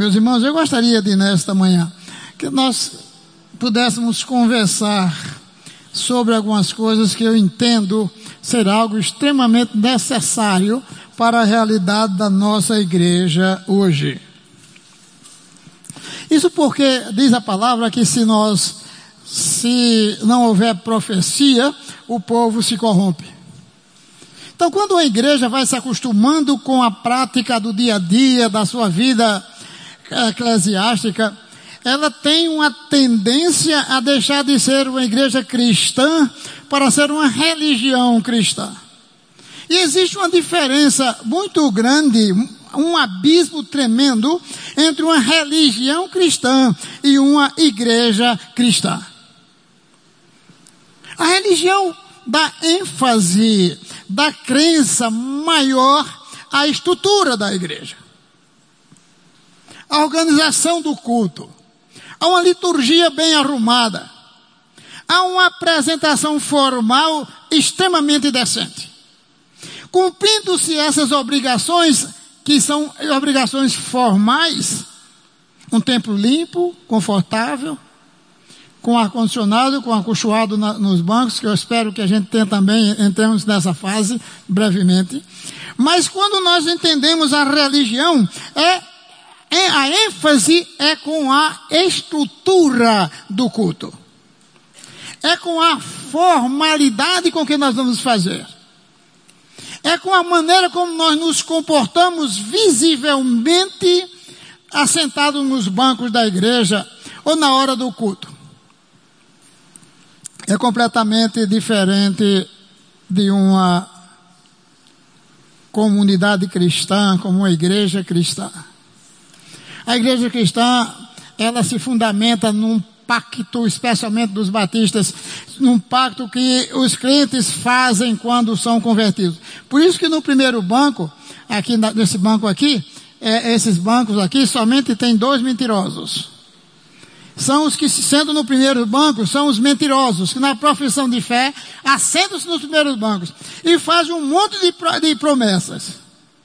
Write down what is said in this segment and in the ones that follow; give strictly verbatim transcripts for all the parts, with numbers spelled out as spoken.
Meus irmãos, eu gostaria de, nesta manhã, que nós pudéssemos conversar sobre algumas coisas que eu entendo ser algo extremamente necessário para a realidade da nossa igreja hoje. Isso porque diz a palavra que se nós, se não houver profecia, o povo se corrompe. Então, quando a igreja vai se acostumando com a prática do dia a dia, da sua vida eclesiástica, ela tem uma tendência a deixar de ser uma igreja cristã para ser uma religião cristã. E existe uma diferença muito grande, um abismo tremendo entre uma religião cristã e uma igreja cristã. A religião dá ênfase, dá crença maior à estrutura da igreja, à organização do culto, a uma liturgia bem arrumada, a uma apresentação formal extremamente decente. Cumprindo-se essas obrigações, que são obrigações formais, um templo limpo, confortável, com ar-condicionado, com acolchoado na, nos bancos, que eu espero que a gente tenha também, entremos nessa fase brevemente. Mas quando nós entendemos a religião, é, é a ênfase é com a estrutura do culto. É com a formalidade com que nós vamos fazer. É com a maneira como nós nos comportamos visivelmente assentados nos bancos da igreja ou na hora do culto. É completamente diferente de uma comunidade cristã, como uma igreja cristã. A igreja cristã, ela se fundamenta num pacto, especialmente dos batistas, num pacto que os crentes fazem quando são convertidos. Por isso que no primeiro banco, aqui nesse banco aqui, é, esses bancos aqui, somente tem dois mentirosos. São os que, sendo no primeiro banco, são os mentirosos, que na profissão de fé, assentam-se nos primeiros bancos e fazem um monte de, de promessas.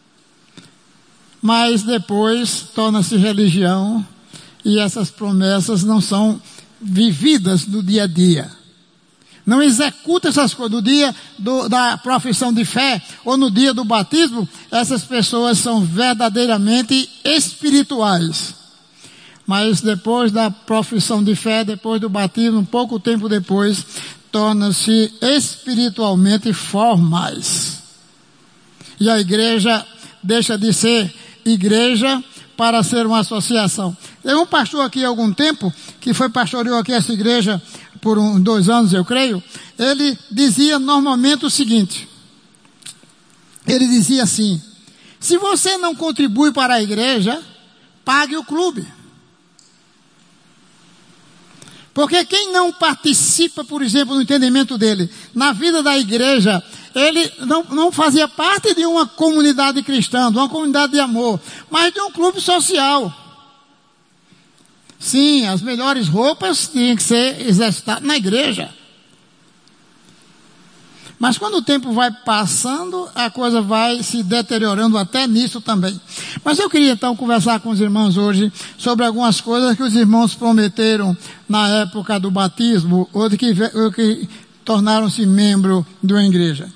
Mas depois torna-se religião e essas promessas não são vividas no dia a dia. Não executa essas coisas. No dia do, da profissão de fé ou no dia do batismo, essas pessoas são verdadeiramente espirituais. Mas depois da profissão de fé, depois do batismo, um pouco tempo depois, tornam-se espiritualmente formais. E a igreja deixa de ser igreja para ser uma associação. Tem um pastor aqui há algum tempo, que foi pastoreou aqui essa igreja por um, dois anos, eu creio. Ele dizia normalmente o seguinte. Ele dizia assim: se você não contribui para a igreja, pague o clube. Porque quem não participa, por exemplo, no entendimento dele, na vida da igreja, ele não, não fazia parte de uma comunidade cristã, de uma comunidade de amor, mas de um clube social. Sim, as melhores roupas tinham que ser exercitadas na igreja. Mas quando o tempo vai passando, a coisa vai se deteriorando até nisso também. Mas eu queria então conversar com os irmãos hoje sobre algumas coisas que os irmãos prometeram na época do batismo, ou de que, ou que tornaram-se membro de uma igreja.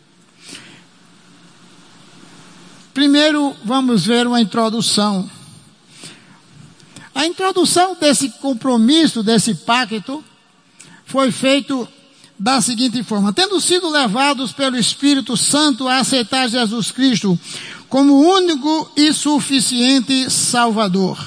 Primeiro, vamos ver uma introdução. A introdução desse compromisso, desse pacto, foi feito da seguinte forma: tendo sido levados pelo Espírito Santo a aceitar Jesus Cristo como único e suficiente Salvador.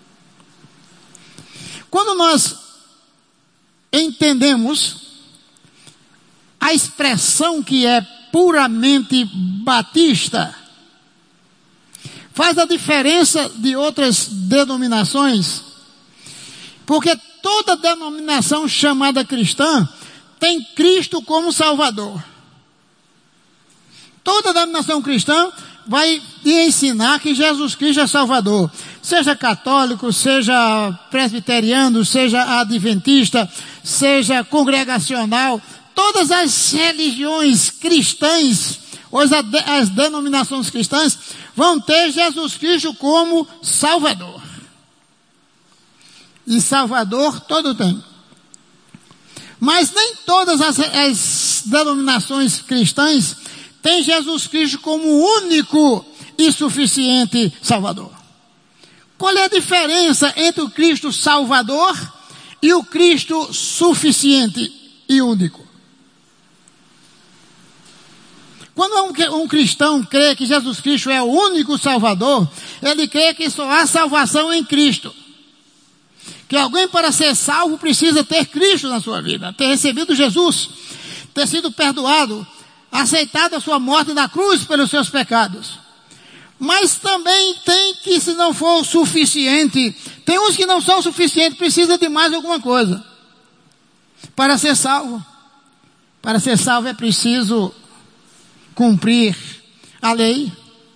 Quando nós entendemos a expressão que é puramente batista, faz a diferença de outras denominações, porque toda denominação chamada cristã tem Cristo como Salvador. Toda denominação cristã vai te ensinar que Jesus Cristo é Salvador. Seja católico, seja presbiteriano, seja adventista, seja congregacional, todas as religiões cristãs, ou as, as denominações cristãs, vão ter Jesus Cristo como Salvador. e Salvador todo tem. Mas nem todas as, as denominações cristãs têm Jesus Cristo como único e suficiente Salvador. Qual é a diferença entre o Cristo Salvador e o Cristo suficiente e único? Quando um, um cristão crê que Jesus Cristo é o único Salvador, ele crê que só há salvação em Cristo. Que alguém para ser salvo precisa ter Cristo na sua vida, ter recebido Jesus, ter sido perdoado, aceitado a sua morte na cruz pelos seus pecados. Mas também tem que, se não for o suficiente, tem uns que não são o suficiente, precisa de mais alguma coisa para ser salvo. Para ser salvo é preciso cumprir a lei,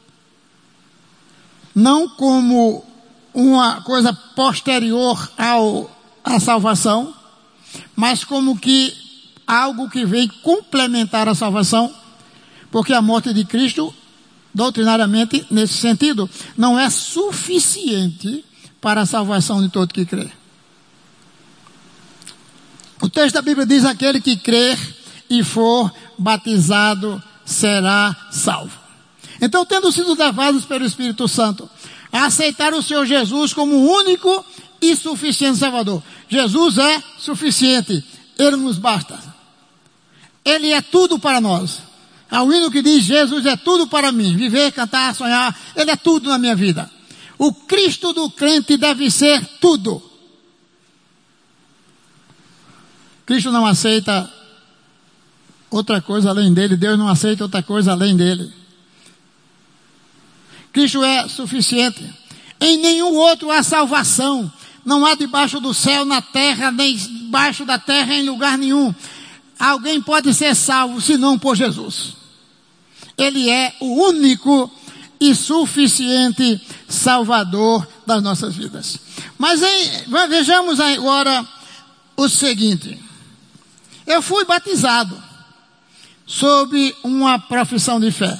não como uma coisa posterior ao, à salvação, mas como que algo que vem complementar a salvação, porque a morte de Cristo, doutrinariamente, nesse sentido, não é suficiente para a salvação de todo que crê. O texto da Bíblia diz: aquele que crer e for batizado será salvo. Então, tendo sido levados pelo Espírito Santo a aceitar o Senhor Jesus como o único e suficiente Salvador. Jesus é suficiente, Ele nos basta. Ele é tudo para nós. Há um hino que diz: Jesus é tudo para mim. Viver, cantar, sonhar, Ele é tudo na minha vida. O Cristo do crente deve ser tudo. Cristo não aceita outra coisa além dele. Deus não aceita outra coisa além dele. Cristo é suficiente. Em nenhum outro há salvação. Não há debaixo do céu, na terra, nem debaixo da terra, em lugar nenhum. Alguém pode ser salvo senão por Jesus. Ele é o único e suficiente Salvador das nossas vidas. Mas em, vejamos agora o seguinte. Eu fui batizado sob uma profissão de fé.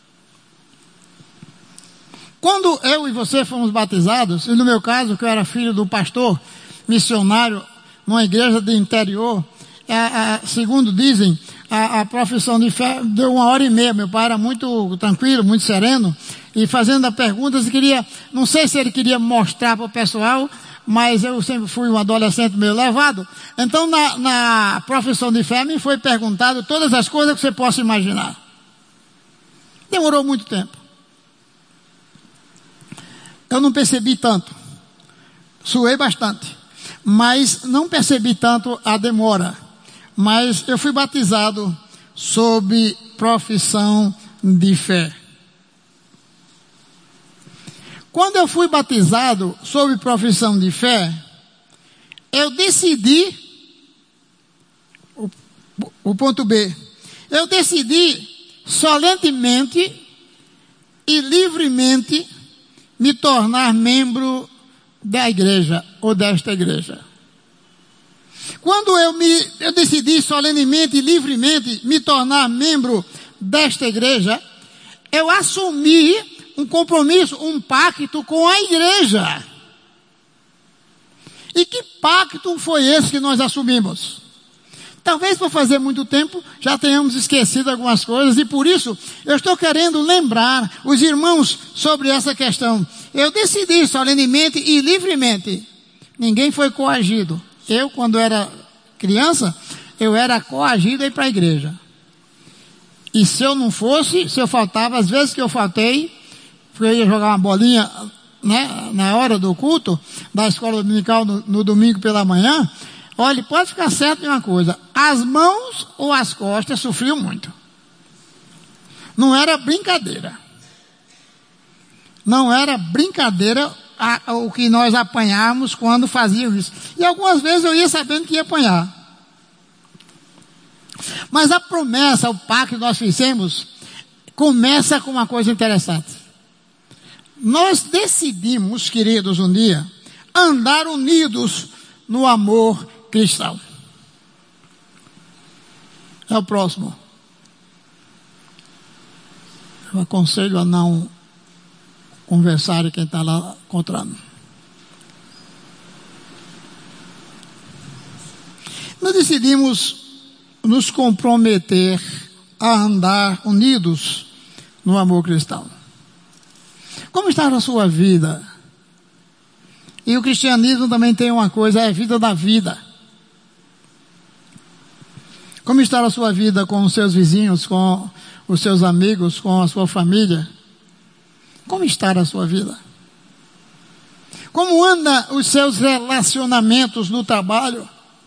Quando eu e você fomos batizados, e no meu caso, que eu era filho do pastor missionário numa igreja do interior, a, a, segundo dizem, a, a profissão de fé deu uma hora e meia. Meu pai era muito tranquilo, muito sereno, e fazendo perguntas, queria, não sei se ele queria mostrar para o pessoal, mas eu sempre fui um adolescente meio levado. Então, na, na profissão de fé, me foi perguntado todas as coisas que você possa imaginar. Demorou muito tempo. Eu não percebi tanto. Suei bastante. Mas não percebi tanto a demora. Mas eu fui batizado sob profissão de fé. Quando eu fui batizado sob profissão de fé, eu decidi, o, o ponto B, eu decidi solenemente e livremente me tornar membro da igreja, ou desta igreja. Quando eu me, eu decidi solenemente e livremente me tornar membro desta igreja, eu assumi um compromisso, um pacto com a igreja. E que pacto foi esse que nós assumimos? Talvez por fazer muito tempo já tenhamos esquecido algumas coisas, e por isso eu estou querendo lembrar os irmãos sobre essa questão. Eu decidi solenemente e livremente. Ninguém foi coagido. Eu, quando era criança, eu era coagido a ir para a igreja. E se eu não fosse, se eu faltava, às vezes que eu faltei, eu ia jogar uma bolinha, né, na hora do culto da escola dominical no, no domingo pela manhã. Olha, pode ficar certo de uma coisa: as mãos ou as costas sofriam muito. Não era brincadeira. Não era brincadeira a, a, o que nós apanhávamos quando fazíamos isso. E algumas vezes eu ia sabendo que ia apanhar. Mas a promessa, o pacto que nós fizemos, começa com uma coisa interessante. Nós decidimos, queridos, um dia, andar unidos no amor cristão. É o próximo. Eu aconselho a não conversar quem está lá encontrando. nós decidimos nos comprometer a andar unidos no amor cristão. Como está a sua vida? E o cristianismo também tem uma coisa, é a vida da vida. Como está a sua vida com os seus vizinhos, com os seus amigos, com a sua família? Como está a sua vida? Como andam os seus relacionamentos no trabalho?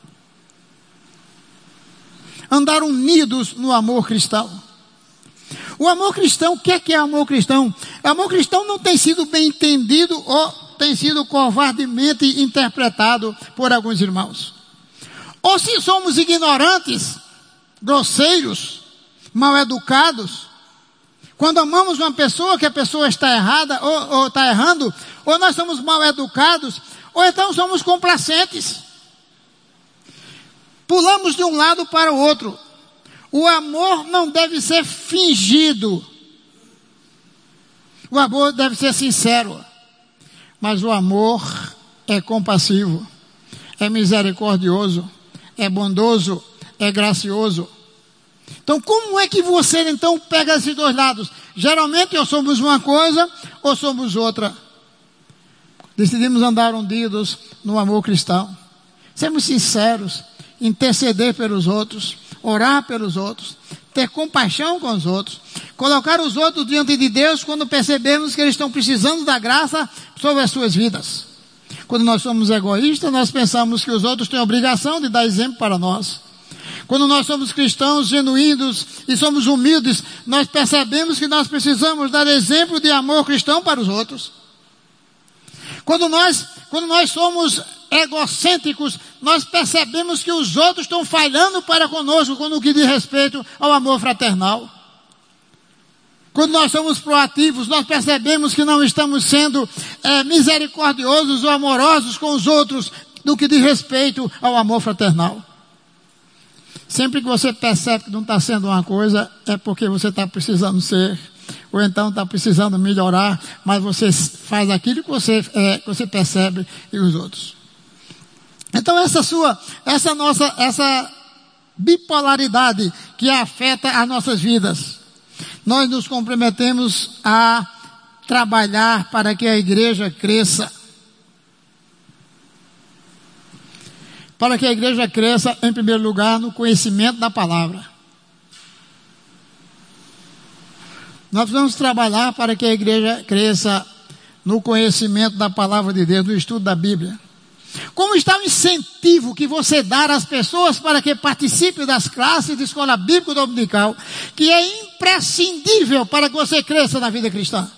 Andar unidos no amor cristão. O amor cristão, o que é que é amor cristão? O amor cristão não tem sido bem entendido ou tem sido covardemente interpretado por alguns irmãos. Ou se somos ignorantes, grosseiros, mal educados, quando amamos uma pessoa que a pessoa está errada ou, ou está errando, ou nós somos mal educados, ou então somos complacentes. Pulamos de um lado para o outro. O amor não deve ser fingido. O amor deve ser sincero. Mas o amor é compassivo, é misericordioso, é bondoso, é gracioso. Então, como é que você então pega esses dois lados? Geralmente ou somos uma coisa ou somos outra. Decidimos andar unidos no amor cristão. Sermos sinceros, interceder pelos outros, orar pelos outros, ter compaixão com os outros, colocar os outros diante de Deus quando percebemos que eles estão precisando da graça sobre as suas vidas. Quando nós somos egoístas, nós pensamos que os outros têm a obrigação de dar exemplo para nós. Quando nós somos cristãos genuínos e somos humildes, nós percebemos que nós precisamos dar exemplo de amor cristão para os outros. Quando nós, quando nós somos egocêntricos, nós percebemos que os outros estão falhando para conosco no que diz respeito ao amor fraternal. Quando nós somos proativos, nós percebemos que não estamos sendo é, misericordiosos ou amorosos com os outros no que diz respeito ao amor fraternal. Sempre que você percebe que não está sendo uma coisa, é porque você está precisando ser, ou então está precisando melhorar, mas você faz aquilo que você, é, que você percebe e os outros. Então essa sua, essa nossa, essa bipolaridade que afeta as nossas vidas, nós nos comprometemos a trabalhar para que a igreja cresça. Para que a igreja cresça, em primeiro lugar, no conhecimento da palavra. Nós vamos trabalhar para que a igreja cresça no conhecimento da palavra de Deus, no estudo da Bíblia. Como está o incentivo que você dá às pessoas para que participem das classes de escola bíblica dominical, que é imprescindível para que você cresça na vida cristã?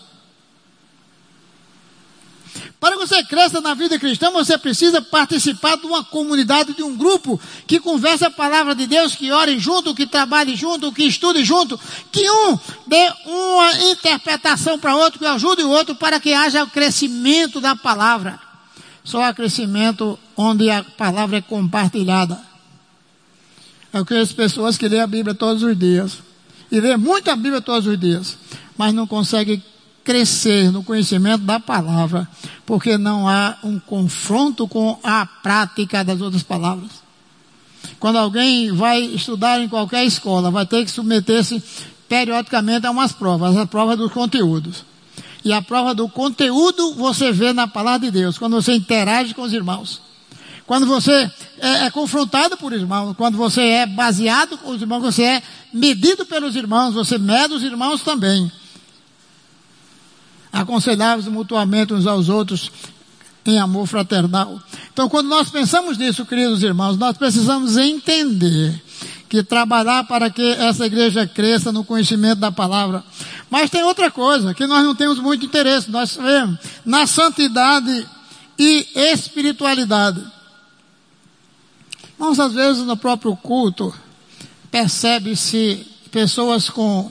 Para que você cresça na vida cristã, você precisa participar de uma comunidade, de um grupo que converse a palavra de Deus, que ore junto, que trabalhe junto, que estude junto, que um dê uma interpretação para outro, que ajude o outro para que haja o crescimento da palavra. Só há crescimento onde a palavra é compartilhada. Eu conheço pessoas que lêem a Bíblia todos os dias, e lêem muito a Bíblia todos os dias, mas não conseguem crescer no conhecimento da palavra, porque não há um confronto com a prática das outras palavras. Quando alguém vai estudar em qualquer escola, vai ter que submeter-se periodicamente a umas provas, a prova dos conteúdos. E a prova do conteúdo você vê na palavra de Deus, quando você interage com os irmãos. Quando você é, é confrontado por irmãos, quando você é baseado com os irmãos, você é medido pelos irmãos, você mede os irmãos também. Aconselhar-vos mutuamente uns aos outros em amor fraternal. Então, quando nós pensamos nisso, queridos irmãos, nós precisamos entender que trabalhar para que essa igreja cresça no conhecimento da palavra. Mas tem outra coisa, que nós não temos muito interesse, nós vemos, na santidade e espiritualidade. Mas às vezes no próprio culto, percebe-se pessoas com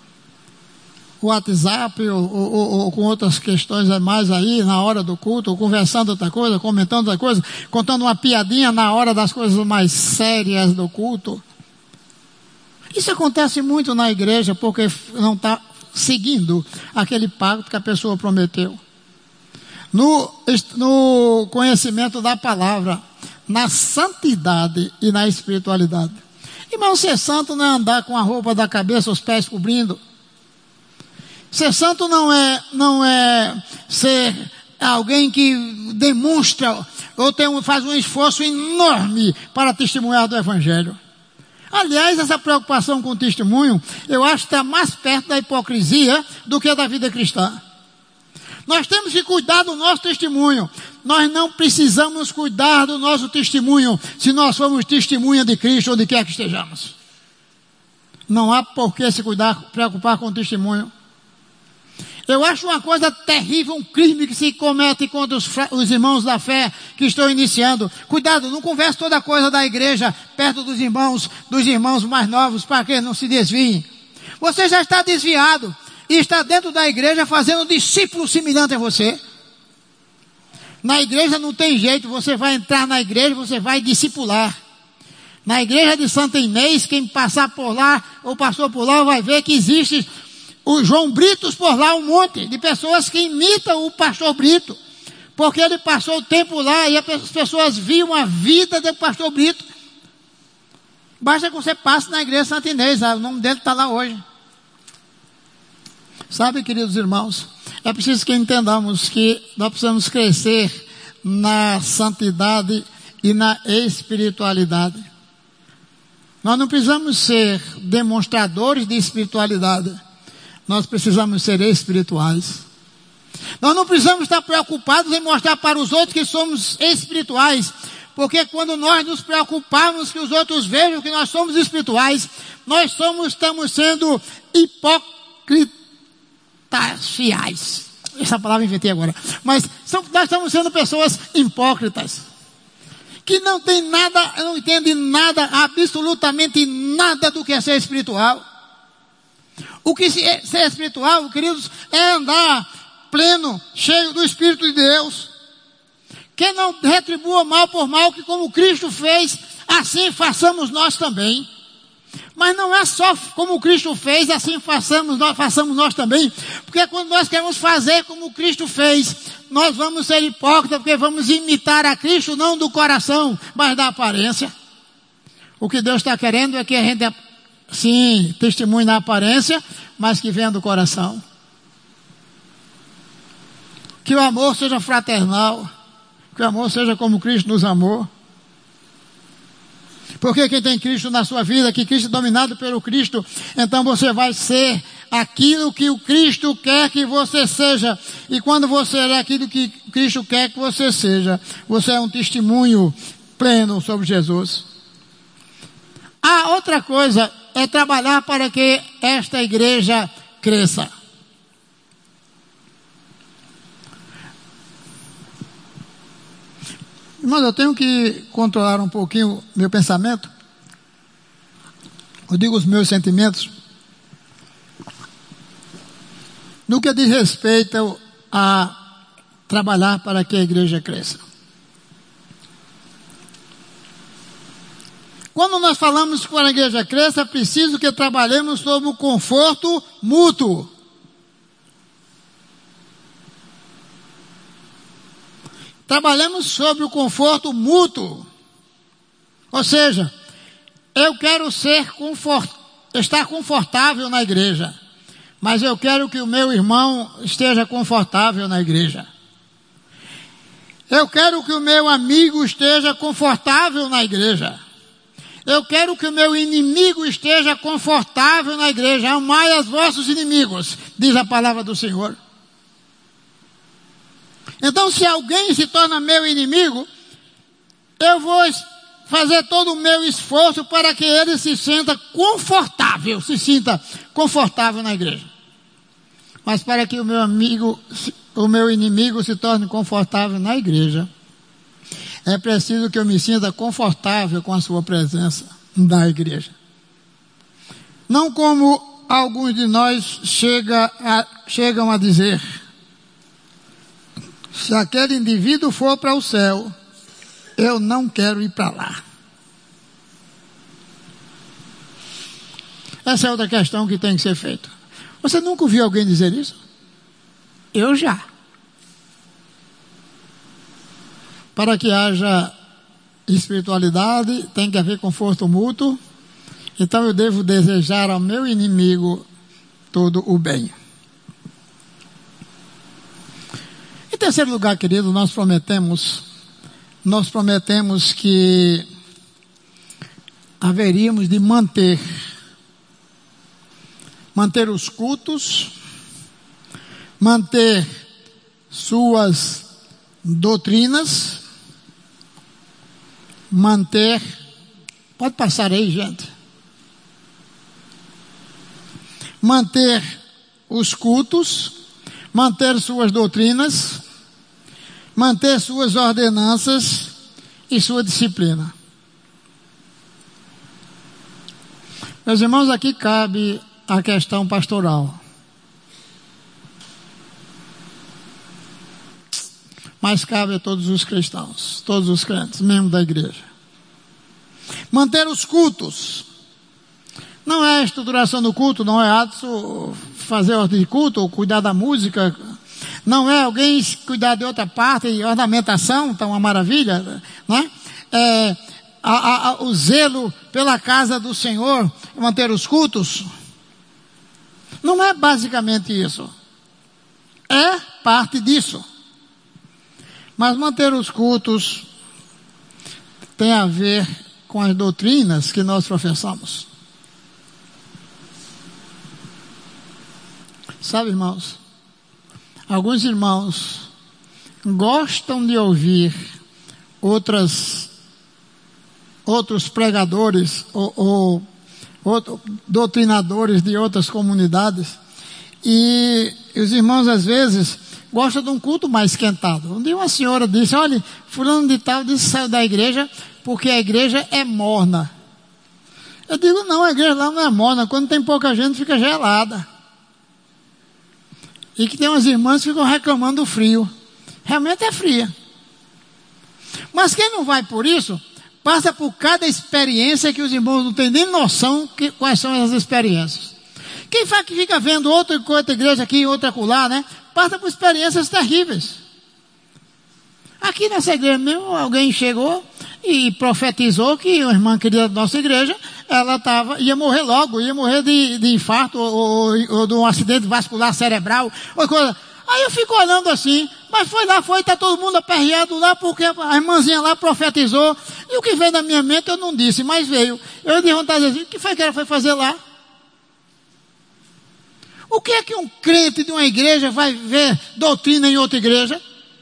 WhatsApp ou, ou, ou, ou com outras questões mais aí na hora do culto, ou conversando outra coisa, comentando outra coisa, contando uma piadinha na hora das coisas mais sérias do culto. Isso acontece muito na igreja porque não está seguindo aquele pacto que a pessoa prometeu. No, no conhecimento da palavra, na santidade e na espiritualidade. Irmão, ser santo não é andar com a roupa da cabeça, os pés cobrindo. Ser santo não é, não é ser alguém que demonstra ou tem um, faz um esforço enorme para testemunhar do Evangelho. Aliás, essa preocupação com o testemunho, eu acho que está mais perto da hipocrisia do que da vida cristã. Nós temos que cuidar do nosso testemunho. Nós não precisamos cuidar do nosso testemunho se nós formos testemunha de Cristo onde quer que estejamos. Não há por que se cuidar, preocupar com o testemunho. Eu acho uma coisa terrível, um crime que se comete contra os, os irmãos da fé que estão iniciando. Cuidado, não converse toda coisa da igreja perto dos irmãos, dos irmãos mais novos, para que não se desviem. Você já está desviado e está dentro da igreja fazendo um discípulo semelhante a você. Na igreja não tem jeito, você vai entrar na igreja, você vai discipular. Na igreja de Santa Inês, quem passar por lá ou passou por lá vai ver que existe o João Britos por lá, um monte de pessoas que imitam o pastor Brito, porque ele passou o tempo lá e as pessoas viam a vida do pastor Brito. Basta que você passe na igreja Santa Inês, o nome dele está lá hoje. Sabe, queridos irmãos, é preciso que entendamos que nós precisamos crescer na santidade e na espiritualidade. Nós não precisamos ser demonstradores de espiritualidade. Nós precisamos ser espirituais. Nós não precisamos estar preocupados em mostrar para os outros que somos espirituais, porque quando nós nos preocuparmos que os outros vejam que nós somos espirituais, nós somos, estamos sendo hipócritas fiais. Essa palavra eu inventei agora. Mas são, nós estamos sendo pessoas hipócritas, que não tem nada, não entendem nada, absolutamente nada do que é ser espiritual. O que é ser espiritual, queridos, é andar pleno, cheio do Espírito de Deus. Que não retribua mal por mal, que como Cristo fez, assim façamos nós também. Mas não é só como Cristo fez, assim façamos nós, façamos nós também. Porque quando nós queremos fazer como Cristo fez, nós vamos ser hipócritas, porque vamos imitar a Cristo, não do coração, mas da aparência. O que Deus está querendo é que a gente, sim, testemunhe na aparência, mas que venha do coração. Que o amor seja fraternal, que o amor seja como Cristo nos amou. Porque quem tem Cristo na sua vida, que Cristo é dominado pelo Cristo, então você vai ser aquilo que o Cristo quer que você seja. E quando você é aquilo que Cristo quer que você seja, você é um testemunho pleno sobre Jesus. A outra coisa é trabalhar para que esta igreja cresça. Irmãos, eu tenho que controlar um pouquinho meu pensamento. Eu digo os meus sentimentos. No que diz respeito a trabalhar para que a igreja cresça. Quando nós falamos que para a igreja cresça, é preciso que trabalhemos sobre o conforto mútuo. Trabalhamos sobre o conforto mútuo. Ou seja, eu quero ser confort, estar confortável na igreja, mas eu quero que o meu irmão esteja confortável na igreja. Eu quero que o meu amigo esteja confortável na igreja. Eu quero que o meu inimigo esteja confortável na igreja. Amai os vossos inimigos, diz a palavra do Senhor. Então, se alguém se torna meu inimigo, eu vou fazer todo o meu esforço para que ele se sinta confortável, se sinta confortável na igreja. Mas para que o meu amigo, o meu inimigo se torne confortável na igreja, é preciso que eu me sinta confortável com a sua presença na igreja. Não como alguns de nós chega a, chegam a dizer: se aquele indivíduo for para o céu, eu não quero ir para lá. Essa é outra questão que tem que ser feita. Você nunca ouviu alguém dizer isso? Eu já. Para que haja espiritualidade tem que haver conforto mútuo. Então eu devo desejar ao meu inimigo todo o bem. Em terceiro lugar, querido, nós prometemos, nós prometemos que haveríamos de manter, manter os cultos, manter suas doutrinas, manter, pode passar aí, gente, manter os cultos, manter suas doutrinas, manter suas ordenanças e sua disciplina. Meus irmãos, aqui cabe a questão pastoral. Mas cabe a todos os cristãos, todos os crentes, membros da igreja. Manter os cultos. Não é a estruturação do culto, não é ato fazer ordem de culto, ou cuidar da música. Não é alguém cuidar de outra parte, e ornamentação, então uma maravilha, né? É, a, a, o zelo pela casa do Senhor, manter os cultos. Não é basicamente isso. É parte disso. Mas manter os cultos tem a ver com as doutrinas que nós professamos. Sabe, irmãos, alguns irmãos gostam de ouvir outras, outros pregadores ou, ou, ou doutrinadores de outras comunidades, e os irmãos às vezes gostam de um culto mais esquentado. Um dia uma senhora disse: olha, fulano de tal disse que saiu da igreja porque a igreja é morna. Eu digo: não, a igreja lá não é morna, quando tem pouca gente fica gelada. E que tem umas irmãs que ficam reclamando do frio. Realmente é fria. Mas quem não vai por isso, passa por cada experiência que os irmãos não têm nem noção que, quais são essas experiências. Quem faz que fica vendo outra, outra igreja aqui, outra acolá, né? Passa por experiências terríveis. Aqui nessa igreja mesmo, alguém chegou e profetizou que uma irmã querida da nossa igreja, ela tava, ia morrer logo, ia morrer de, de infarto ou, ou, ou de um acidente vascular cerebral, ou coisa. Aí eu fico olhando assim, mas foi lá, foi, está todo mundo aperreado lá, porque a irmãzinha lá profetizou, e o que veio na minha mente eu não disse, mas veio. Eu dei vontade de dizer: o que foi que ela foi fazer lá? O que é que um crente de uma igreja vai ver doutrina em outra igreja?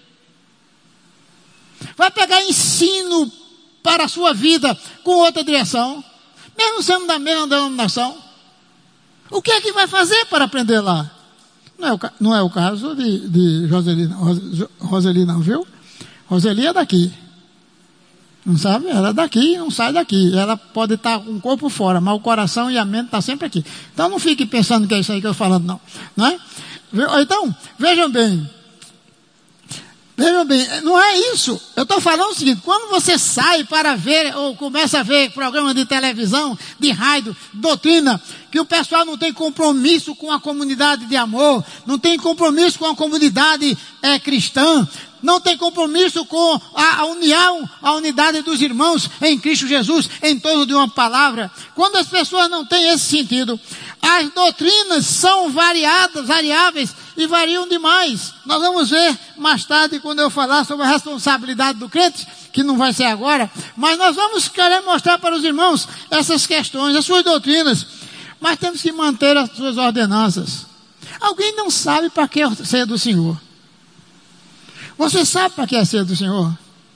Vai pegar ensino para a sua vida com outra direção, mesmo sendo da mesma denominação? O que é que vai fazer para aprender lá? Não é o, não é o caso de, de Roseli, Roseli não, viu? Roseli é daqui. Não sabe? Ela é daqui, não sai daqui. Ela pode estar com o corpo fora, mas o coração e a mente estão sempre aqui. Então não fique pensando que é isso aí que eu estou falando, não. Não é? Então, vejam bem. Vejam bem, não é isso. Eu estou falando o seguinte: quando você sai para ver, ou começa a ver programa de televisão, de rádio, doutrina, que o pessoal não tem compromisso com a comunidade de amor, não tem compromisso com a comunidade é, cristã, não tem compromisso com a, a união, a unidade dos irmãos em Cristo Jesus, em torno de uma palavra. Quando as pessoas não têm esse sentido, as doutrinas são variadas, variáveis e variam demais. Nós vamos ver mais tarde, quando eu falar sobre a responsabilidade do crente, que não vai ser agora, mas nós vamos querer mostrar para os irmãos essas questões, as suas doutrinas, mas temos que manter as suas ordenanças. Alguém não sabe para que é a ceia do Senhor? Você sabe para que é a ceia do Senhor?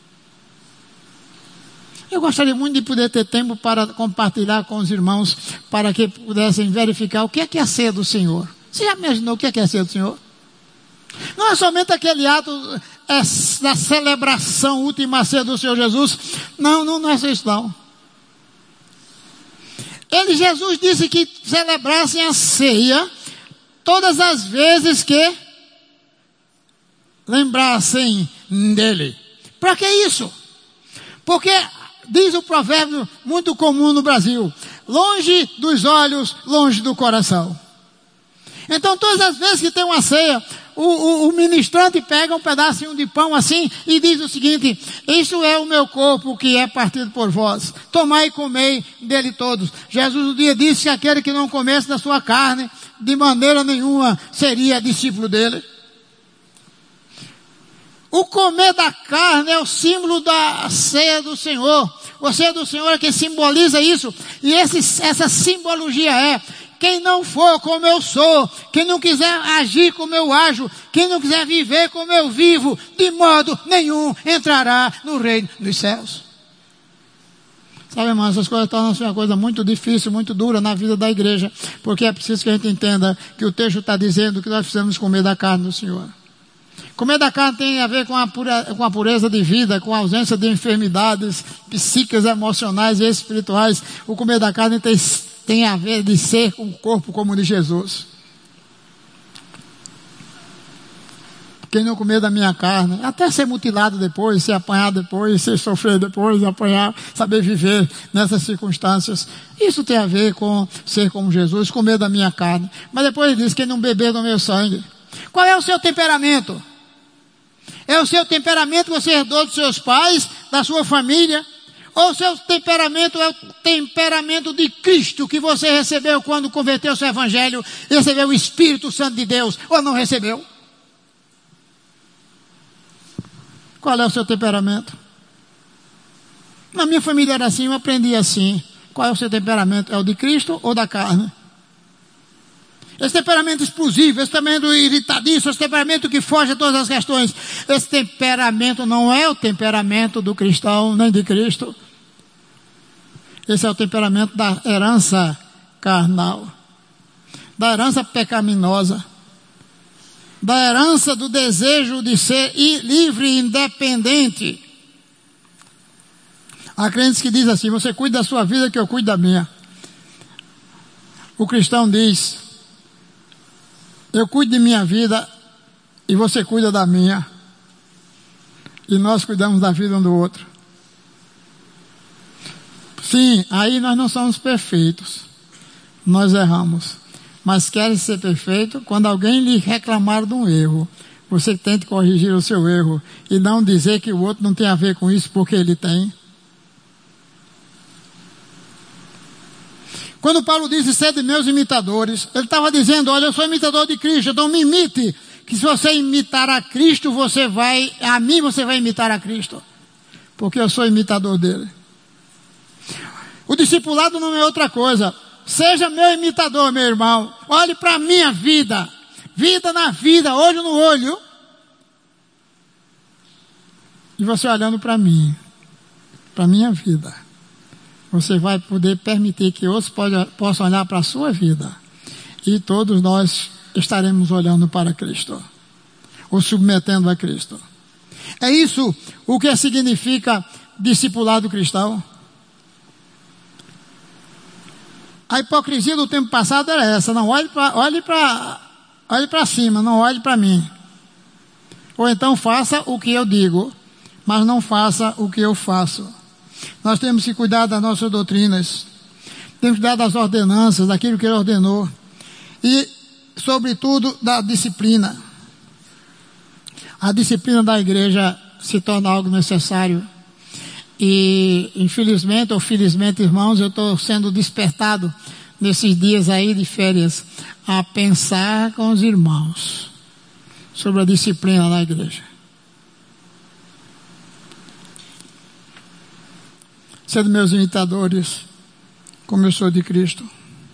Eu gostaria muito de poder ter tempo para compartilhar com os irmãos, para que pudessem verificar o que é que é a ceia do Senhor. Você já imaginou o que é que é a ceia do Senhor? Não é somente aquele ato é, da celebração última ceia do Senhor Jesus. Não, não, não é isso não. Ele, Jesus, disse que celebrassem a ceia todas as vezes que lembrassem dele. Para que isso? Porque diz o provérbio muito comum no Brasil: longe dos olhos, longe do coração. Então todas as vezes que tem uma ceia, o, o, o ministrante pega um pedacinho de pão assim e diz o seguinte: isso é o meu corpo que é partido por vós. Tomai e comei dele todos. Jesus um dia disse que aquele que não comesse da sua carne, de maneira nenhuma seria discípulo dele. O comer da carne é o símbolo da ceia do Senhor. A ceia do Senhor é que simboliza isso. E esse, essa simbologia é: quem não for como eu sou, quem não quiser agir como eu ajo, quem não quiser viver como eu vivo, de modo nenhum entrará no reino dos céus. Sabe, irmão, essas coisas tornam-se uma coisa muito difícil, muito dura na vida da igreja, porque é preciso que a gente entenda que o texto está dizendo que nós precisamos comer da carne do Senhor. Comer da carne tem a ver com a, pura, com a pureza de vida, com a ausência de enfermidades psíquicas, emocionais e espirituais. O comer da carne tem, tem a ver de ser com o corpo como o de Jesus. Quem não comer da minha carne, até ser mutilado depois, ser apanhado depois, ser sofrer depois, apanhar, saber viver nessas circunstâncias. Isso tem a ver com ser como Jesus, comer da minha carne. Mas depois ele diz: quem não beber do meu sangue. Qual é o seu temperamento? É o seu temperamento que você herdou dos seus pais, da sua família? Ou o seu temperamento é o temperamento de Cristo que você recebeu quando converteu o seu evangelho, recebeu o Espírito Santo de Deus, ou não recebeu? Qual é o seu temperamento? Na minha família era assim, eu aprendi assim. Qual é o seu temperamento? É o de Cristo ou da carne? Esse temperamento explosivo, esse temperamento irritadiço, esse temperamento que foge a todas as questões, esse temperamento não é o temperamento do cristão, nem de Cristo. Esse é o temperamento da herança carnal, da herança pecaminosa, da herança do desejo de ser livre e independente. Há crentes que dizem assim: você cuida da sua vida que eu cuido da minha. O cristão diz: eu cuido de minha vida e você cuida da minha. E nós cuidamos da vida um do outro. Sim, aí nós não somos perfeitos. Nós erramos. Mas quer ser perfeito? Quando alguém lhe reclamar de um erro, você tente corrigir o seu erro e não dizer que o outro não tem a ver com isso porque ele tem. Quando Paulo disse: sede meus imitadores, ele estava dizendo: olha, eu sou imitador de Cristo, então me imite, que se você imitar a Cristo, você vai, a mim você vai imitar a Cristo, porque eu sou imitador dele. O discipulado não é outra coisa. Seja meu imitador, meu irmão. Olhe para a minha vida, vida na vida, olho no olho, e você olhando para mim, para a minha vida, você vai poder permitir que outros possam olhar para a sua vida. E todos nós estaremos olhando para Cristo. Ou submetendo a Cristo. É isso o que significa discipulado cristão. A hipocrisia do tempo passado era essa: não olhe para olhe para olhe para cima, não olhe para mim. Ou então faça o que eu digo, mas não faça o que eu faço. Nós temos que cuidar das nossas doutrinas, temos que cuidar das ordenanças, daquilo que ele ordenou, e, sobretudo, da disciplina. A disciplina da igreja se torna algo necessário. E, infelizmente ou felizmente, irmãos, eu estou sendo despertado nesses dias aí de férias a pensar com os irmãos sobre a disciplina da igreja. Sede meus imitadores, como eu sou de Cristo.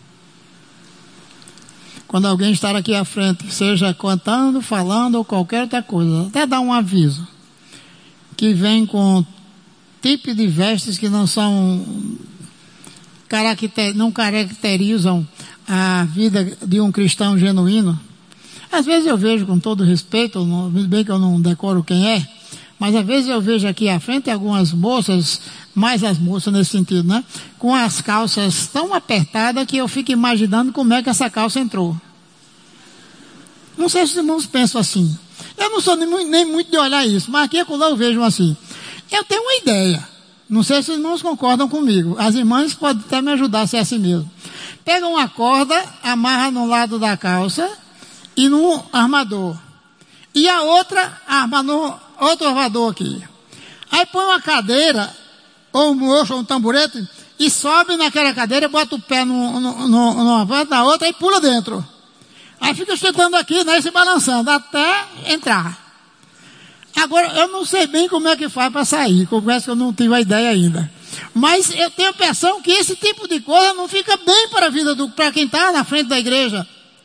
Quando alguém estar aqui à frente, seja cantando, falando ou qualquer outra coisa, até dar um aviso, que vem com tipo de vestes que não são, caracter, não caracterizam a vida de um cristão genuíno. Às vezes eu vejo, com todo respeito, bem que eu não decoro quem é, mas às vezes eu vejo aqui à frente algumas moças, mais as moças nesse sentido, né? Com as calças tão apertadas que eu fico imaginando como é que essa calça entrou. Não sei se os irmãos pensam assim. Eu não sou nem muito, nem muito de olhar isso, mas aqui e acolá eu vejo assim. Eu tenho uma ideia. Não sei se os irmãos concordam comigo. As irmãs podem até me ajudar se é assim mesmo. Pega uma corda, amarra no lado da calça e no armador. e a outra arma no outro elevador aqui. Aí põe uma cadeira, ou um mocho, ou um tamborete, e sobe naquela cadeira, bota o pé no, no, no, numa parte da outra e pula dentro. Aí fica sentando aqui, né, se balançando, até entrar. Agora, eu não sei bem como é que faz para sair, confesso que eu não tive a ideia ainda. Mas eu tenho a impressão que esse tipo de coisa não fica bem para a vida do, para quem está na frente da igreja.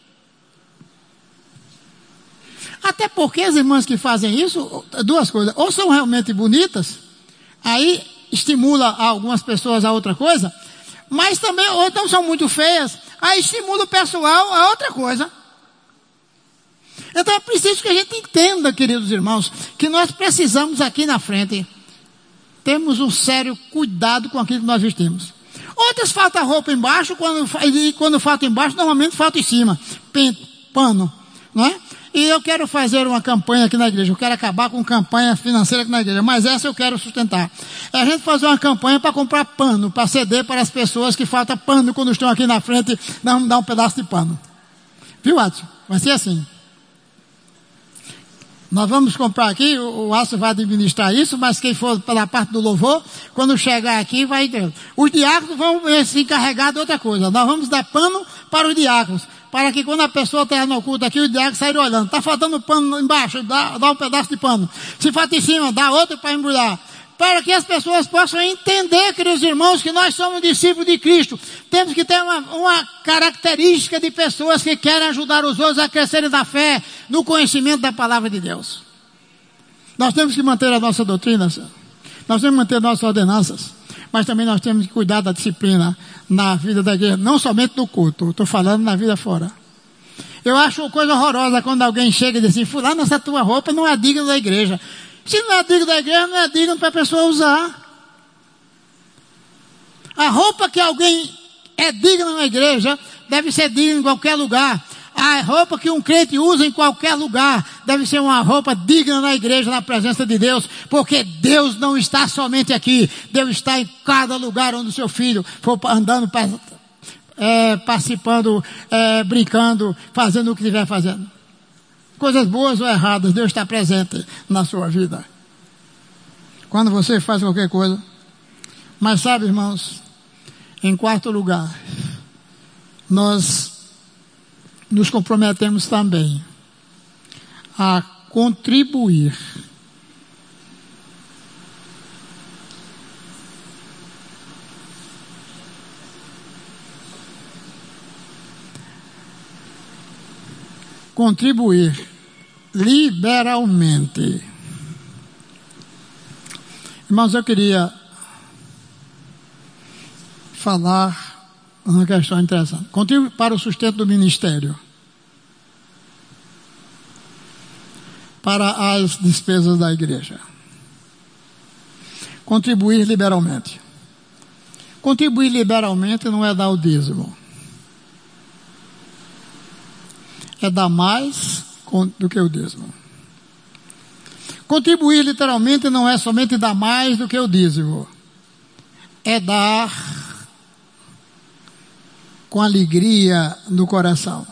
Até porque as irmãs que fazem isso, duas coisas, ou são realmente bonitas, aí estimula algumas pessoas a outra coisa, mas também, ou então são muito feias, aí estimula o pessoal a outra coisa. Então é preciso que a gente entenda, queridos irmãos, que nós precisamos aqui na frente, temos um sério cuidado com aquilo que nós vestimos. Outras falta roupa embaixo, quando, e quando falta embaixo, normalmente falta em cima, pano, não é? E eu quero fazer uma campanha aqui na igreja, eu quero acabar com campanha financeira aqui na igreja, mas essa eu quero sustentar. É a gente fazer uma campanha para comprar pano, para ceder para as pessoas que falta pano quando estão aqui na frente, nós vamos dar um pedaço de pano. Viu, Adson? Vai ser assim. Nós vamos comprar aqui, o Aço vai administrar isso, mas quem for pela parte do louvor, quando chegar aqui, vai... Os diáconos vão se encarregar de outra coisa. Nós vamos dar pano para os diáconos, para que quando a pessoa estiver no culto aqui, os diáconos saírem olhando. Está faltando pano embaixo, dá, dá um pedaço de pano. Se falta em cima, dá outro para embrulhar. Para que as pessoas possam entender, queridos irmãos, que nós somos discípulos de Cristo. Temos que ter uma, uma característica de pessoas que querem ajudar os outros a crescerem na fé, no conhecimento da palavra de Deus. Nós temos que manter a nossa doutrina, senhor. Nós temos que manter nossas ordenanças, mas também nós temos que cuidar da disciplina na vida da igreja, não somente no culto, estou falando na vida fora. Eu acho uma coisa horrorosa quando alguém chega e diz assim, fulano, essa tua roupa não é digna da igreja. Se não é digno da igreja, não é digno para a pessoa usar. A roupa que alguém é digna na igreja, deve ser digna em qualquer lugar. A roupa que um crente usa em qualquer lugar, deve ser uma roupa digna na igreja, na presença de Deus, porque Deus não está somente aqui, Deus está em cada lugar onde o seu filho for andando, é, participando, é, brincando, fazendo o que estiver fazendo. Coisas boas ou erradas, Deus está presente na sua vida. Quando você faz qualquer coisa. Mas sabe, irmãos, em quarto lugar, nós nos comprometemos também a contribuir contribuir liberalmente. Irmãos, eu queria falar uma questão interessante. Contribuir para o sustento do ministério, para as despesas da igreja. Contribuir liberalmente. Contribuir liberalmente não é dar o dízimo. É dar mais do que o dízimo. Contribuir literalmente não é somente dar mais do que o dízimo. É dar com alegria no coração.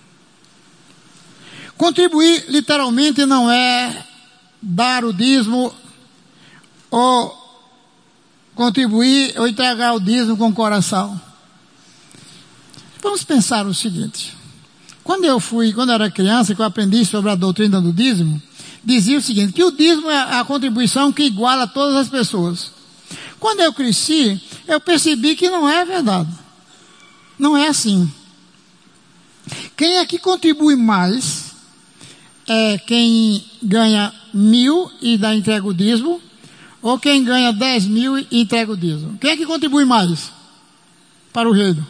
Contribuir literalmente não é dar o dízimo ou contribuir ou entregar o dízimo com o coração. Vamos pensar o seguinte. Quando eu fui, quando eu era criança, que eu aprendi sobre a doutrina do dízimo, dizia o seguinte, que o dízimo é a contribuição que iguala todas as pessoas. Quando eu cresci, eu percebi que não é verdade. Não é assim. Quem é que contribui mais é quem ganha mil e dá entrega o dízimo, ou quem ganha dez mil e entrega o dízimo. Quem é que contribui mais para o reino?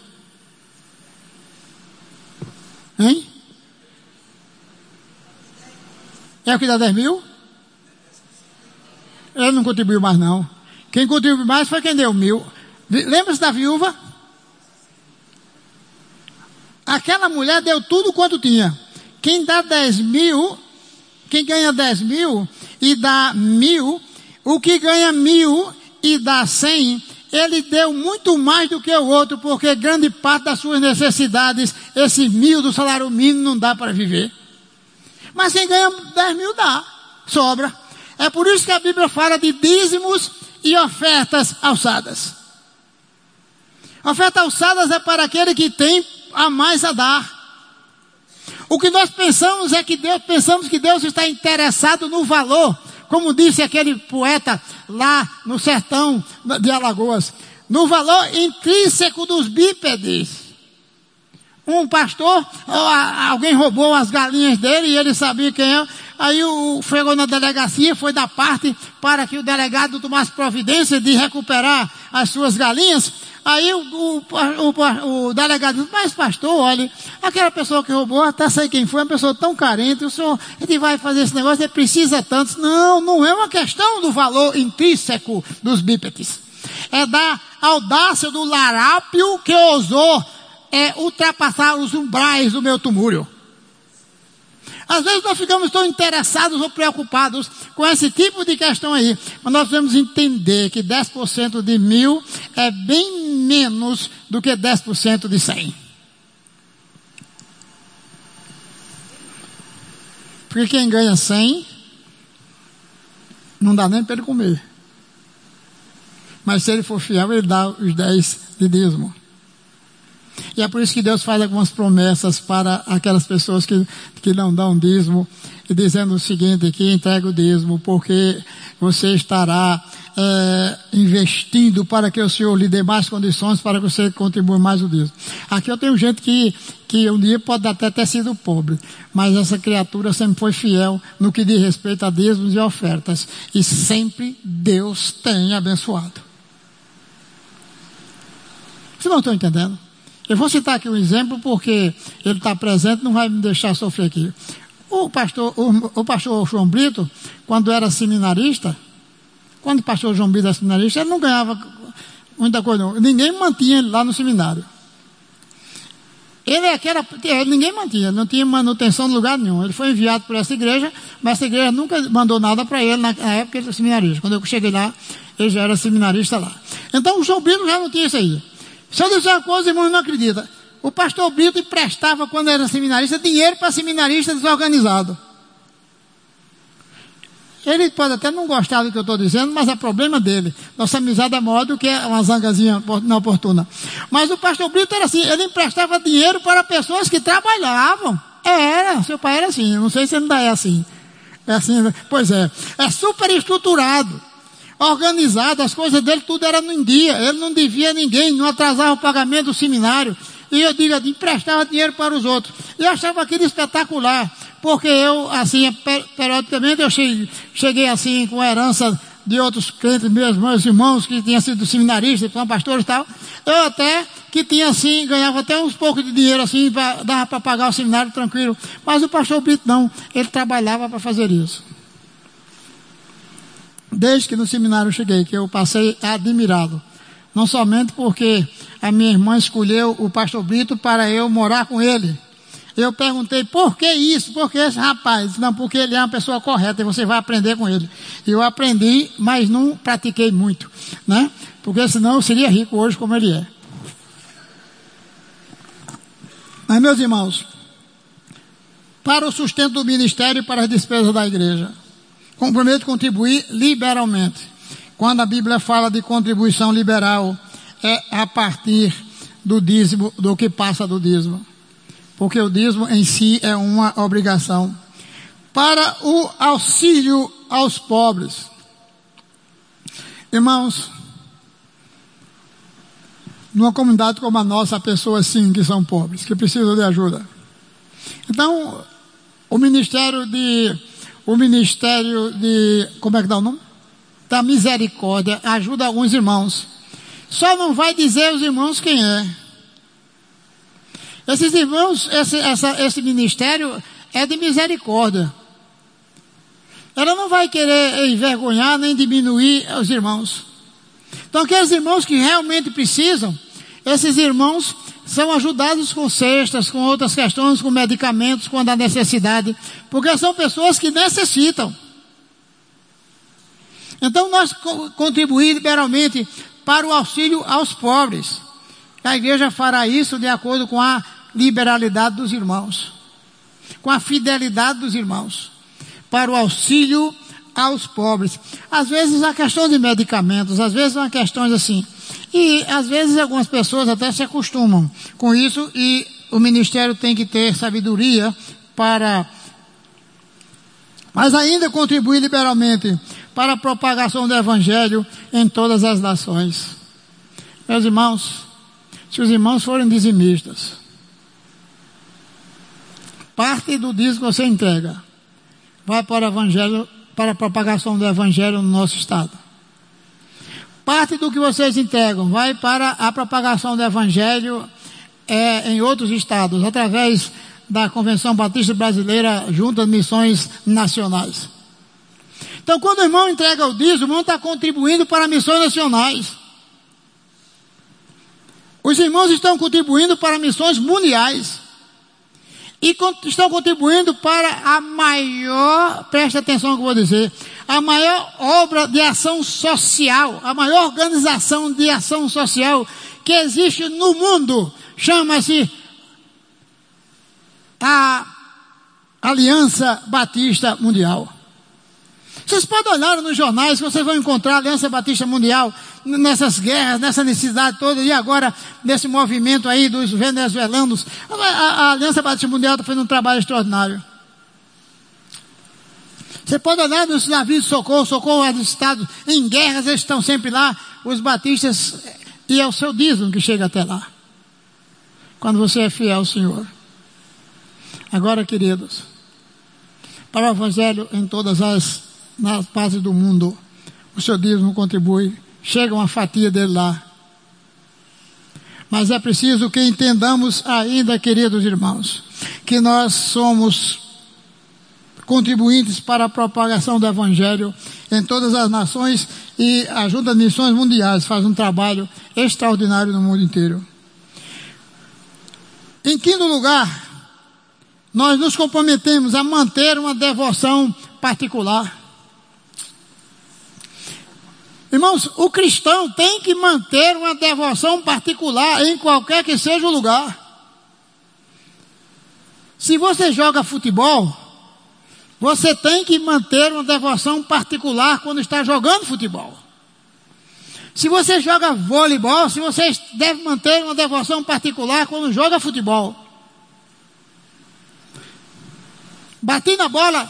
Hein? É o que dá dez mil? Ele não contribuiu mais não. Quem contribuiu mais foi quem deu mil. Lembra-se da viúva? Aquela mulher deu tudo quanto tinha. Quem dá dez mil, quem ganha dez mil e dá mil, o que ganha mil e dá cem, ele deu muito mais do que o outro, porque grande parte das suas necessidades, esse mil do salário mínimo não dá para viver. Mas quem ganha dez mil dá, sobra. É por isso que a Bíblia fala de dízimos e ofertas alçadas. Ofertas alçadas é para aquele que tem a mais a dar. O que nós pensamos é que Deus, pensamos que Deus está interessado no valor, como disse aquele poeta lá no sertão de Alagoas, no valor intrínseco dos bípedes. Um pastor, alguém roubou as galinhas dele e ele sabia quem é. Aí o chegou na delegacia, foi dar parte para que o delegado tomasse providência de recuperar as suas galinhas. Aí o, o, o, o delegado disse, mas pastor, olha, aquela pessoa que roubou, até sei quem foi, uma pessoa tão carente, o senhor, ele vai fazer esse negócio, ele precisa tanto. Não, não é uma questão do valor intrínseco dos bípedes. É da audácia do larápio que ousou é, ultrapassar os umbrais do meu tumúrio. Às vezes nós ficamos tão interessados ou preocupados com esse tipo de questão aí. Mas nós devemos entender que dez por cento de mil é bem menos do que dez por cento de cem. Porque quem ganha cem, não dá nem para ele comer. Mas se ele for fiel, ele dá os dez de dízimo. E é por isso que Deus faz algumas promessas para aquelas pessoas que, que não dão dízimo, e dizendo o seguinte, que entrega o dízimo, porque você estará é, investindo para que o Senhor lhe dê mais condições para que você contribua mais o dízimo. Aqui eu tenho gente que, que um dia pode até ter sido pobre, mas essa criatura sempre foi fiel no que diz respeito a dízimos e ofertas, e sempre Deus tem abençoado. Vocês não estão entendendo? Eu vou citar aqui um exemplo porque ele está presente, não vai me deixar sofrer aqui. O pastor, o, o pastor João Brito, quando era seminarista, quando o pastor João Brito era seminarista, ele não ganhava muita coisa não. Ninguém mantinha ele lá no seminário. Ele é que era, ninguém mantinha, não tinha manutenção em lugar nenhum. Ele foi enviado por essa igreja, mas essa igreja nunca mandou nada para ele na, na época ele era seminarista. Quando eu cheguei lá, ele já era seminarista lá. Então o João Brito já não tinha isso aí. Se eu disser uma coisa, irmão, não acredita. O pastor Brito emprestava, quando era seminarista, dinheiro para seminarista desorganizado. Ele pode até não gostar do que eu estou dizendo, mas é problema dele. Nossa amizade é maior do que uma zangazinha inoportuna. Mas o pastor Brito era assim, ele emprestava dinheiro para pessoas que trabalhavam. Era, seu pai era assim, não sei se ainda é assim. É assim, pois é. É super estruturado. Organizado, as coisas dele tudo era no dia, ele não devia a ninguém, não atrasava o pagamento do seminário, e eu digo, emprestava dinheiro para os outros, e eu achava aquilo espetacular, porque eu, assim, periodicamente eu cheguei, cheguei assim, com a herança de outros crentes, meus, meus irmãos, que tinham sido seminaristas, são pastores e tal, eu até, que tinha assim, ganhava até uns poucos de dinheiro assim, pra, dava para pagar o seminário tranquilo, mas o pastor Brito não, ele trabalhava para fazer isso. Desde que no seminário eu cheguei, que eu passei admirado. Não somente porque a minha irmã escolheu o pastor Brito para eu morar com ele. Eu perguntei, por que isso? Por que esse rapaz? Não, porque ele é uma pessoa correta e você vai aprender com ele. Eu aprendi, mas não pratiquei muito, né? Porque senão eu seria rico hoje como ele é. Mas, meus irmãos, para o sustento do ministério e para as despesas da igreja, comprometo contribuir liberalmente. Quando a Bíblia fala de contribuição liberal, é a partir do dízimo, do que passa do dízimo. Porque o dízimo em si é uma obrigação. Para o auxílio aos pobres. Irmãos, numa comunidade como a nossa, há pessoas sim que são pobres, que precisam de ajuda. Então, o ministério de O ministério de, como é que dá o nome? Da misericórdia, ajuda alguns irmãos. Só não vai dizer aos irmãos quem é. Esses irmãos, esse, essa, esse ministério é de misericórdia. Ela não vai querer envergonhar nem diminuir os irmãos. Então aqueles irmãos que realmente precisam, esses irmãos são ajudados com cestas, com outras questões, com medicamentos, quando há necessidade, porque são pessoas que necessitam. Então nós contribuir liberalmente para o auxílio aos pobres. A igreja fará isso de acordo com a liberalidade dos irmãos. com a fidelidade dos irmãos para o auxílio aos pobres. Às vezes a questão de medicamentos, às vezes são questões assim. E às vezes algumas pessoas até se acostumam com isso e o ministério tem que ter sabedoria para, mas ainda contribuir liberalmente para a propagação do evangelho em todas as nações. Meus irmãos, se os irmãos forem dizimistas, parte do dízimo que você entrega vai para o evangelho, para a propagação do evangelho no nosso estado. Parte do que vocês entregam vai para a propagação do evangelho é, em outros estados, através da Convenção Batista Brasileira, junto às missões nacionais. Então, quando o irmão entrega o dízimo, o irmão está contribuindo para missões nacionais. Os irmãos estão contribuindo para missões mundiais. E estão contribuindo para a maior, preste atenção no que eu vou dizer, a maior obra de ação social, a maior organização de ação social que existe no mundo, chama-se a Aliança Batista Mundial. Vocês podem olhar nos jornais, vocês vão encontrar a Aliança Batista Mundial nessas guerras, nessa necessidade toda, e agora nesse movimento aí dos venezuelanos. A, a, a Aliança Batista Mundial está fazendo um trabalho extraordinário. Você pode olhar nos navios de socorro, socorro dos estados em guerras, eles estão sempre lá, os batistas, e é o seu dízimo que chega até lá. Quando você é fiel ao Senhor. Agora, queridos, para o evangelho em todas as nas partes do mundo, o seu dízimo contribui, chega uma fatia dele lá. Mas é preciso que entendamos ainda, queridos irmãos, que nós somos contribuintes para a propagação do evangelho em todas as nações, e a Junta de Missões Mundiais faz um trabalho extraordinário no mundo inteiro. Em quinto lugar, nós nos comprometemos a manter uma devoção particular. Irmãos, o cristão tem que manter uma devoção particular em qualquer que seja o lugar. Se você joga futebol, você tem que manter uma devoção particular quando está jogando futebol. Se você joga voleibol, se você deve manter uma devoção particular quando joga futebol. Bati na bola,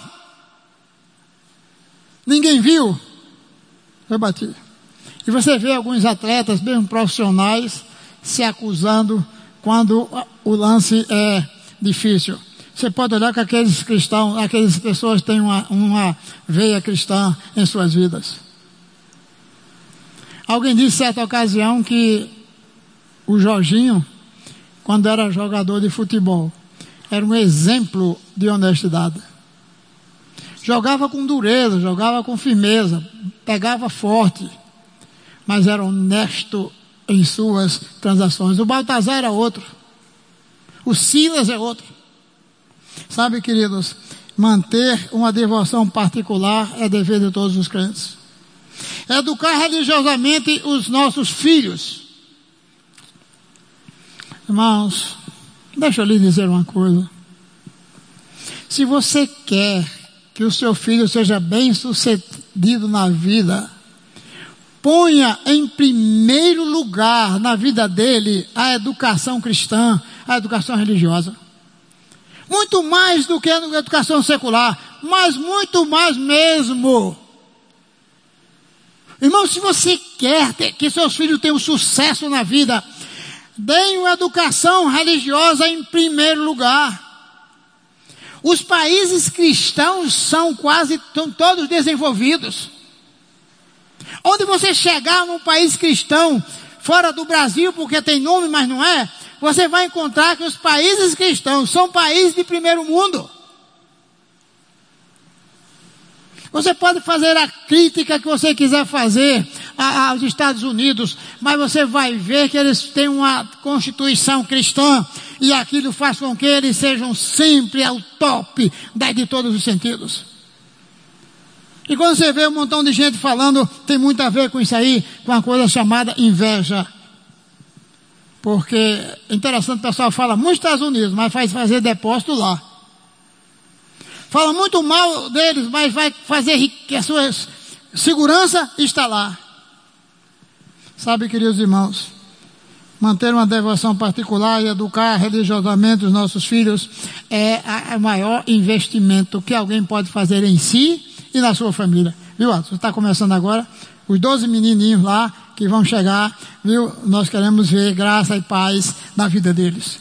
ninguém viu, eu bati. E você vê alguns atletas, mesmo profissionais, se acusando quando o lance é difícil. Você pode olhar que aqueles cristãos, aquelas pessoas têm uma, uma veia cristã em suas vidas. Alguém disse em certa ocasião que o Jorginho, quando era jogador de futebol, era um exemplo de honestidade. Jogava com dureza, jogava com firmeza, pegava forte, mas era honesto em suas transações. O Baltazar era outro. O Silas é outro. Sabe, queridos, manter uma devoção particular é dever de todos os crentes. Educar religiosamente os nossos filhos. Irmãos, deixa eu lhe dizer uma coisa. Se você quer que o seu filho seja bem sucedido na vida, ponha em primeiro lugar na vida dele a educação cristã, a educação religiosa. Muito mais do que a educação secular, mas muito mais mesmo. Irmão, se você quer ter, que seus filhos tenham sucesso na vida, deem uma educação religiosa em primeiro lugar. Os países cristãos são quase tão, todos desenvolvidos. Onde você chegar num país cristão, fora do Brasil, porque tem nome, mas não é, você vai encontrar que os países cristãos são países de primeiro mundo. Você pode fazer a crítica que você quiser fazer a, aos Estados Unidos, mas você vai ver que eles têm uma constituição cristã, e aquilo faz com que eles sejam sempre ao top de todos os sentidos. E quando você vê um montão de gente falando, tem muito a ver com isso aí, com a coisa chamada inveja. Porque é interessante, o pessoal fala muito nos Estados Unidos, mas faz fazer depósito lá. Fala muito mal deles, mas vai fazer que a sua segurança está lá. Sabe, queridos irmãos, manter uma devoção particular e educar religiosamente os nossos filhos é o maior investimento que alguém pode fazer em si e na sua família. Viu, Atos? Está começando agora. Os doze menininhos lá que vão chegar, viu? Nós queremos ver graça e paz na vida deles.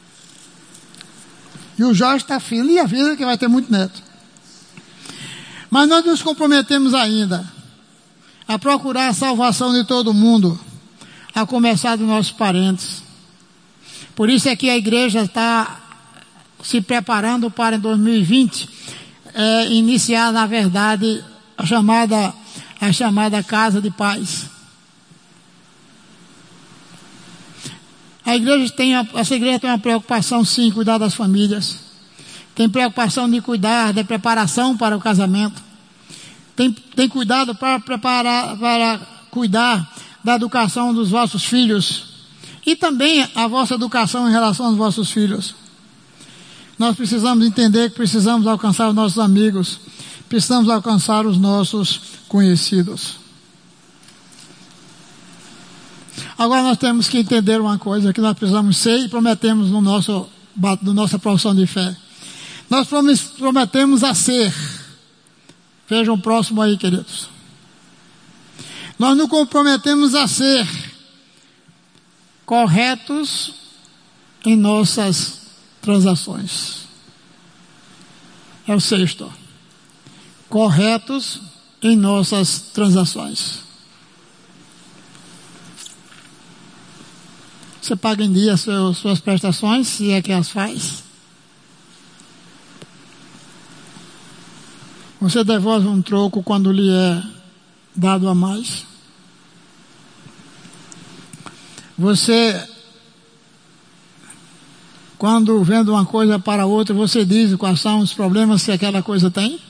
E o Jorge está feliz a vida que vai ter muito neto. Mas nós nos comprometemos ainda a procurar a salvação de todo mundo, a começar dos nossos parentes. Por isso é que a igreja está se preparando para em dois mil e vinte é, iniciar, na verdade, a chamada, a chamada Casa de Paz. A igreja tem, essa igreja tem uma preocupação, sim, em cuidar das famílias. Tem preocupação de cuidar da preparação para o casamento. Tem, tem cuidado para preparar, para cuidar da educação dos vossos filhos. E também a vossa educação em relação aos vossos filhos. Nós precisamos entender que precisamos alcançar os nossos amigos. Precisamos alcançar os nossos conhecidos. Agora nós temos que entender uma coisa, que nós precisamos ser e prometemos no nosso, na nossa profissão de fé. Nós prometemos a ser. Vejam o próximo aí, queridos. Nós nos comprometemos a ser corretos em nossas transações. É o sexto. Corretos em nossas transações. Você paga em dia suas, suas prestações, se é que as faz. Você devolve um troco quando lhe é dado a mais. Você, quando vende uma coisa para outra, você diz quais são os problemas que aquela coisa tem?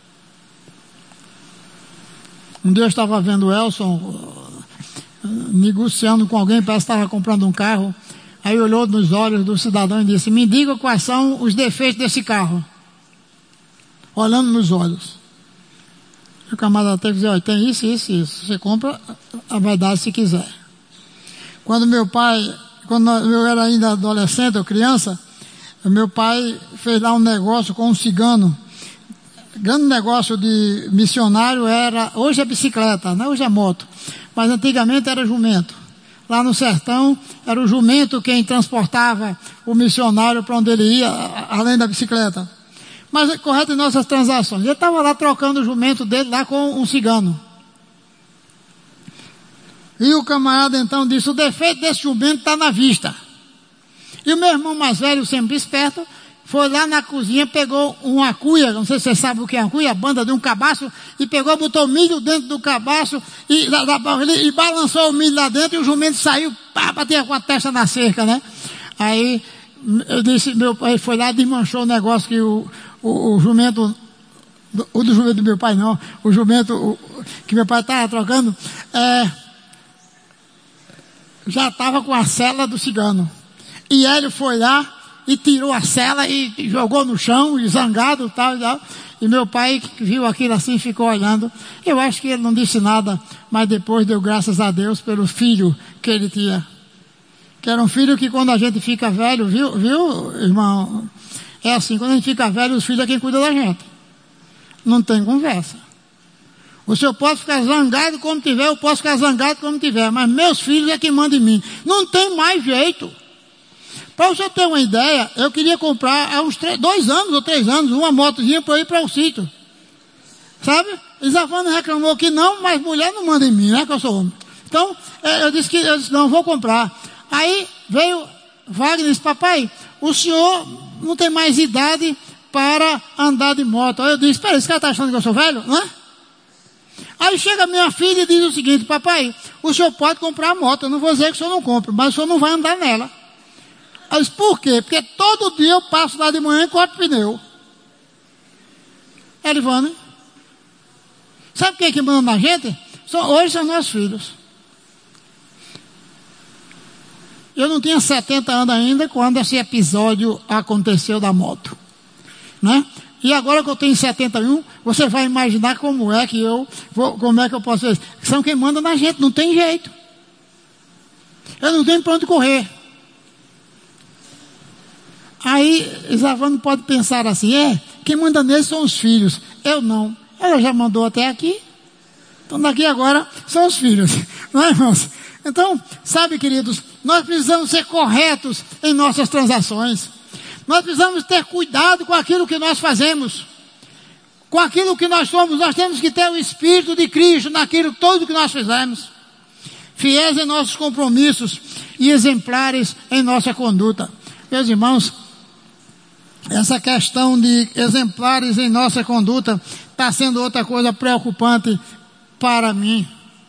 Um dia eu estava vendo o Elson negociando com alguém, parece que estava comprando um carro. Aí olhou nos olhos do cidadão e disse: me diga quais são os defeitos desse carro. Olhando nos olhos. O camarada teve que dizer: olha, tem isso, isso, isso. Você compra, vai dar se quiser. Quando meu pai, quando eu era ainda adolescente ou criança, meu pai fez lá um negócio com um cigano. Grande negócio de missionário era, hoje é bicicleta, né? Hoje é moto. Mas antigamente era jumento. Lá no sertão, era o jumento quem transportava o missionário para onde ele ia, além da bicicleta. Mas é correto em nossas transações. Ele estava lá trocando o jumento dele lá com um cigano. E o camarada então disse: o defeito desse jumento está na vista. E o meu irmão mais velho, sempre esperto, foi lá na cozinha, pegou uma cuia, não sei se você sabe o que é uma cuia, a banda de um cabaço, e pegou, botou milho dentro do cabaço, e, da, da, e balançou o milho lá dentro, e o jumento saiu, pá, batia com a testa na cerca, né? Aí, eu disse, meu pai foi lá e desmanchou o negócio que o, o, o jumento, o do jumento do meu pai não, o jumento o, que meu pai estava trocando, é, já estava com a cela do cigano. E ele foi lá, e tirou a cela e jogou no chão, e zangado, tal e tal. E meu pai viu aquilo assim, ficou olhando. Eu acho que ele não disse nada, mas depois deu graças a Deus pelo filho que ele tinha. Que era um filho que quando a gente fica velho, viu, viu, irmão? É assim, quando a gente fica velho, os filhos é quem cuida da gente. Não tem conversa. O senhor pode ficar zangado como tiver, eu posso ficar zangado como tiver, mas meus filhos é quem manda em mim. Não tem mais jeito. Para você ter uma ideia, eu queria comprar há uns três, dois anos ou três anos uma motozinha para ir para o sítio. Sabe? Isavana reclamou que não, mas mulher não manda em mim, né? Que eu sou homem. Então, eu disse que eu disse, não, vou comprar. Aí veio Wagner e disse: papai, o senhor não tem mais idade para andar de moto. Aí eu disse: espera, esse cara está achando que eu sou velho, não é? Aí chega minha filha e diz o seguinte: papai, o senhor pode comprar a moto, eu não vou dizer que o senhor não compra, mas o senhor não vai andar nela. Eu disse: por quê? Porque todo dia eu passo lá de manhã e corto pneu. Elivane, sabe quem é que manda na gente? São, hoje são nossos filhos. Eu não tinha setenta anos ainda quando esse episódio aconteceu da moto, né? E agora que eu tenho setenta e um, você vai imaginar como é que eu vou, como é que eu posso fazer. São quem manda na gente, não tem jeito. Eu não tenho para onde correr. Aí Isavano pode pensar assim, é, quem manda neles são os filhos. Eu não. Ela já mandou até aqui. Então daqui agora são os filhos. Não é, irmãos? Então, sabe, queridos, nós precisamos ser corretos em nossas transações. Nós precisamos ter cuidado com aquilo que nós fazemos. Com aquilo que nós somos. Nós temos que ter o Espírito de Cristo naquilo tudo que nós fizemos. Fiéis em nossos compromissos e exemplares em nossa conduta. Meus irmãos, essa questão de exemplares em nossa conduta está sendo outra coisa preocupante para mim.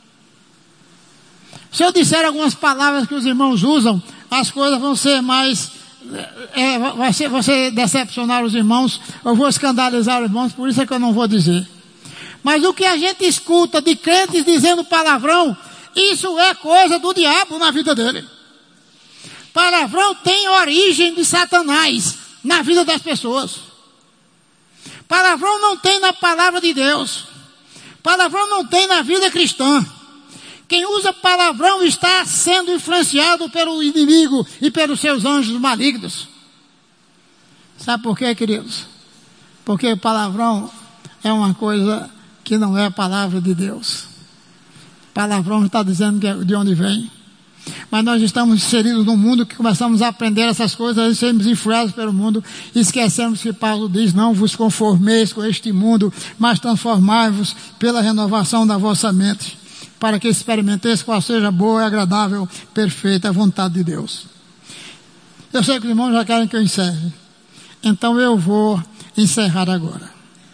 Se eu disser algumas palavras que os irmãos usam, as coisas vão ser mais, é, vai ser, vai ser decepcionar os irmãos, eu vou escandalizar os irmãos, por isso é que eu não vou dizer. Mas o que a gente escuta de crentes dizendo palavrão, isso é coisa do diabo na vida dele. Palavrão tem origem de Satanás na vida das pessoas. Palavrão não tem na palavra de Deus. Palavrão não tem na vida cristã. Quem usa palavrão está sendo influenciado pelo inimigo e pelos seus anjos malignos. Sabe por quê, queridos? Porque palavrão é uma coisa que não é a palavra de Deus. Palavrão está dizendo de onde vem. Mas nós estamos inseridos num mundo que começamos a aprender essas coisas, e sermos influenciados pelo mundo, e esquecemos que Paulo diz, não vos conformeis com este mundo, mas transformai-vos pela renovação da vossa mente, para que experimenteis qual seja boa, agradável, perfeita a vontade de Deus. Eu sei que os irmãos já querem que eu encerre, então eu vou encerrar agora.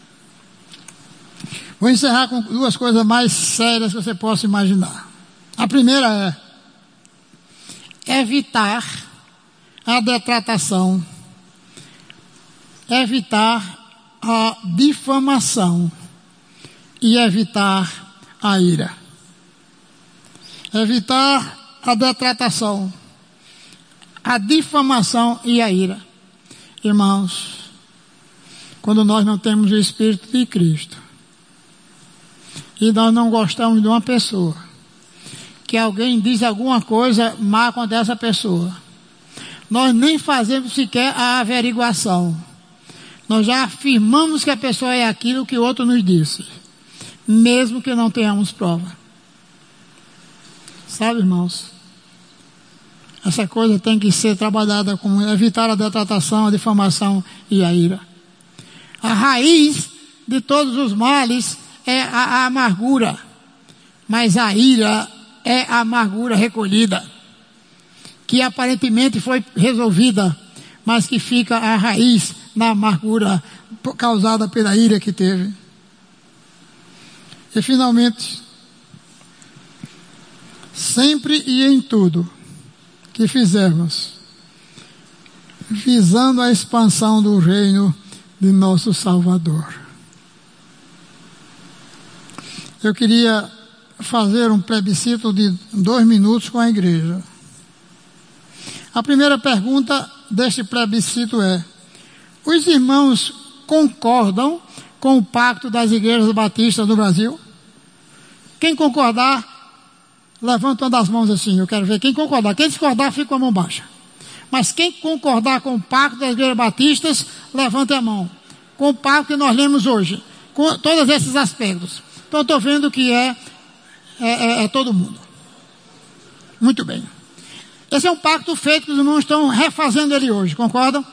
Vou encerrar com duas coisas mais sérias que você possa imaginar. A primeira é evitar a detratação, evitar a difamação e evitar a ira. Evitar a detratação, a difamação e a ira. Irmãos, quando nós não temos o Espírito de Cristo e nós não gostamos de uma pessoa, que alguém diz alguma coisa má contra essa pessoa, nós nem fazemos sequer a averiguação. Nós já afirmamos que a pessoa é aquilo que o outro nos disse, mesmo que não tenhamos prova. Sabe, irmãos? Essa coisa tem que ser trabalhada com evitar a detratação, a difamação e a ira. A raiz de todos os males é a, a amargura, mas a ira é a amargura recolhida, que aparentemente foi resolvida, mas que fica a raiz na amargura causada pela ira que teve. E finalmente, sempre e em tudo que fizermos, visando a expansão do reino de nosso Salvador. Eu queria fazer um plebiscito de dois minutos com a igreja. A primeira pergunta deste plebiscito é: os irmãos concordam com o pacto das igrejas batistas do Brasil? Quem concordar, levanta uma das mãos assim, eu quero ver quem concordar. Quem discordar, fica com a mão baixa. Mas quem concordar com o pacto das igrejas batistas, levante a mão. Com o pacto que nós lemos hoje, com todos esses aspectos. Então estou vendo que é É, é, é todo mundo. Muito bem. Esse é um pacto feito que os irmãos estão refazendo ele hoje, concordam?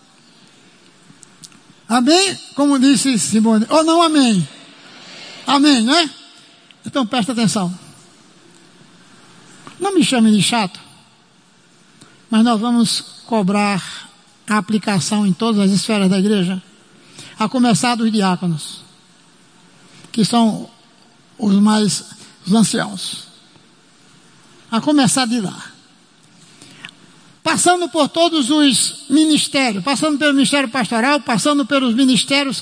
Amém? Como disse Simone. Ou não amém? Amém, né? Então presta atenção. Não me chamem de chato, mas nós vamos cobrar a aplicação em todas as esferas da igreja, a começar dos diáconos, que são os mais os anciãos, a começar de lá, passando por todos os ministérios, passando pelo ministério pastoral, passando pelos ministérios.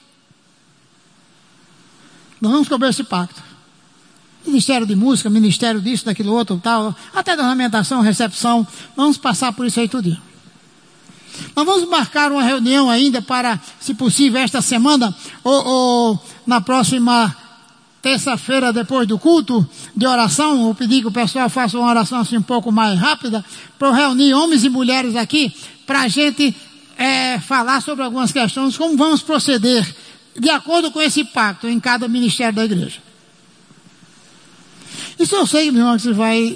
Nós vamos cobrar esse pacto. Ministério de música, ministério disso, daquilo outro, tal, até da ornamentação, recepção, vamos passar por isso aí tudinho. Nós vamos marcar uma reunião ainda para, se possível, esta semana ou, ou na próxima terça-feira, depois do culto de oração. Vou pedir que o pessoal faça uma oração assim um pouco mais rápida, para eu reunir homens e mulheres aqui, para a gente é, falar sobre algumas questões, como vamos proceder de acordo com esse pacto em cada ministério da igreja. Isso eu sei, meu irmão, que você vai,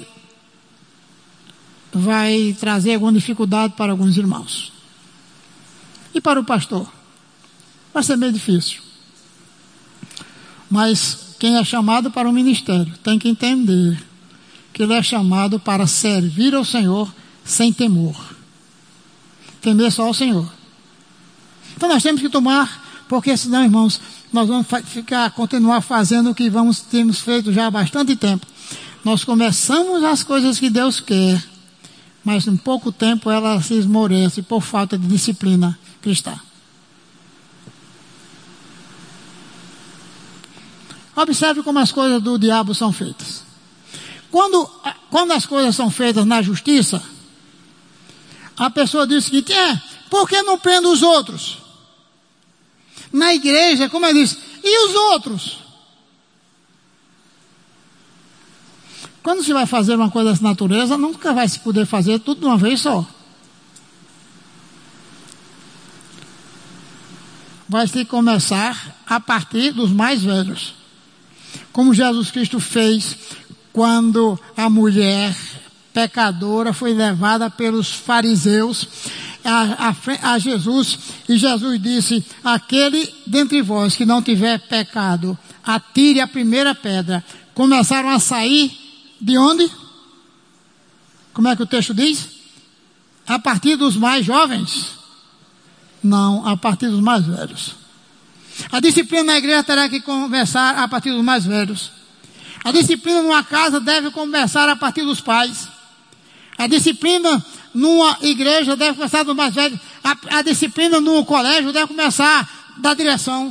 vai trazer alguma dificuldade para alguns irmãos. E para o pastor? Vai ser meio difícil. Mas quem é chamado para o ministério tem que entender que ele é chamado para servir ao Senhor sem temor. Temer só ao Senhor. Então nós temos que tomar, porque senão, irmãos, nós vamos ficar, continuar fazendo o que vamos, temos feito já há bastante tempo. Nós começamos as coisas que Deus quer, mas em pouco tempo ela se esmorece por falta de disciplina cristã. Observe como as coisas do diabo são feitas. Quando, quando as coisas são feitas na justiça, a pessoa diz o seguinte: é, por que não prende os outros? Na igreja, como eu disse, e os outros? Quando se vai fazer uma coisa dessa natureza, nunca vai se poder fazer tudo de uma vez só. Vai ter que começar a partir dos mais velhos. Como Jesus Cristo fez quando a mulher pecadora foi levada pelos fariseus a, a, a Jesus, e Jesus disse: aquele dentre vós que não tiver pecado, atire a primeira pedra. Começaram a sair de onde? Como é que o texto diz? A partir dos mais jovens? Não, a partir dos mais velhos. A disciplina na igreja terá que começar a partir dos mais velhos. A disciplina numa casa deve começar a partir dos pais. A disciplina numa igreja deve começar dos mais velhos. A, a disciplina no colégio deve começar da direção,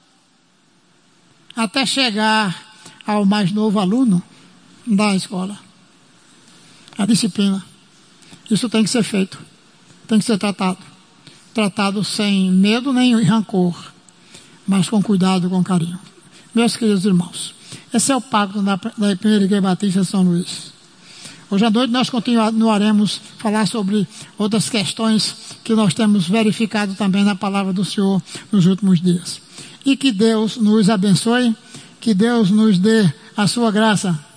até chegar ao mais novo aluno da escola. A disciplina. Isso tem que ser feito. Tem que ser tratado. Tratado sem medo nem rancor, mas com cuidado e com carinho. Meus queridos irmãos, esse é o pacto da, da Primeira Igreja Batista de São Luís. Hoje à noite nós continuaremos a falar sobre outras questões que nós temos verificado também na palavra do Senhor nos últimos dias. E que Deus nos abençoe, que Deus nos dê a sua graça.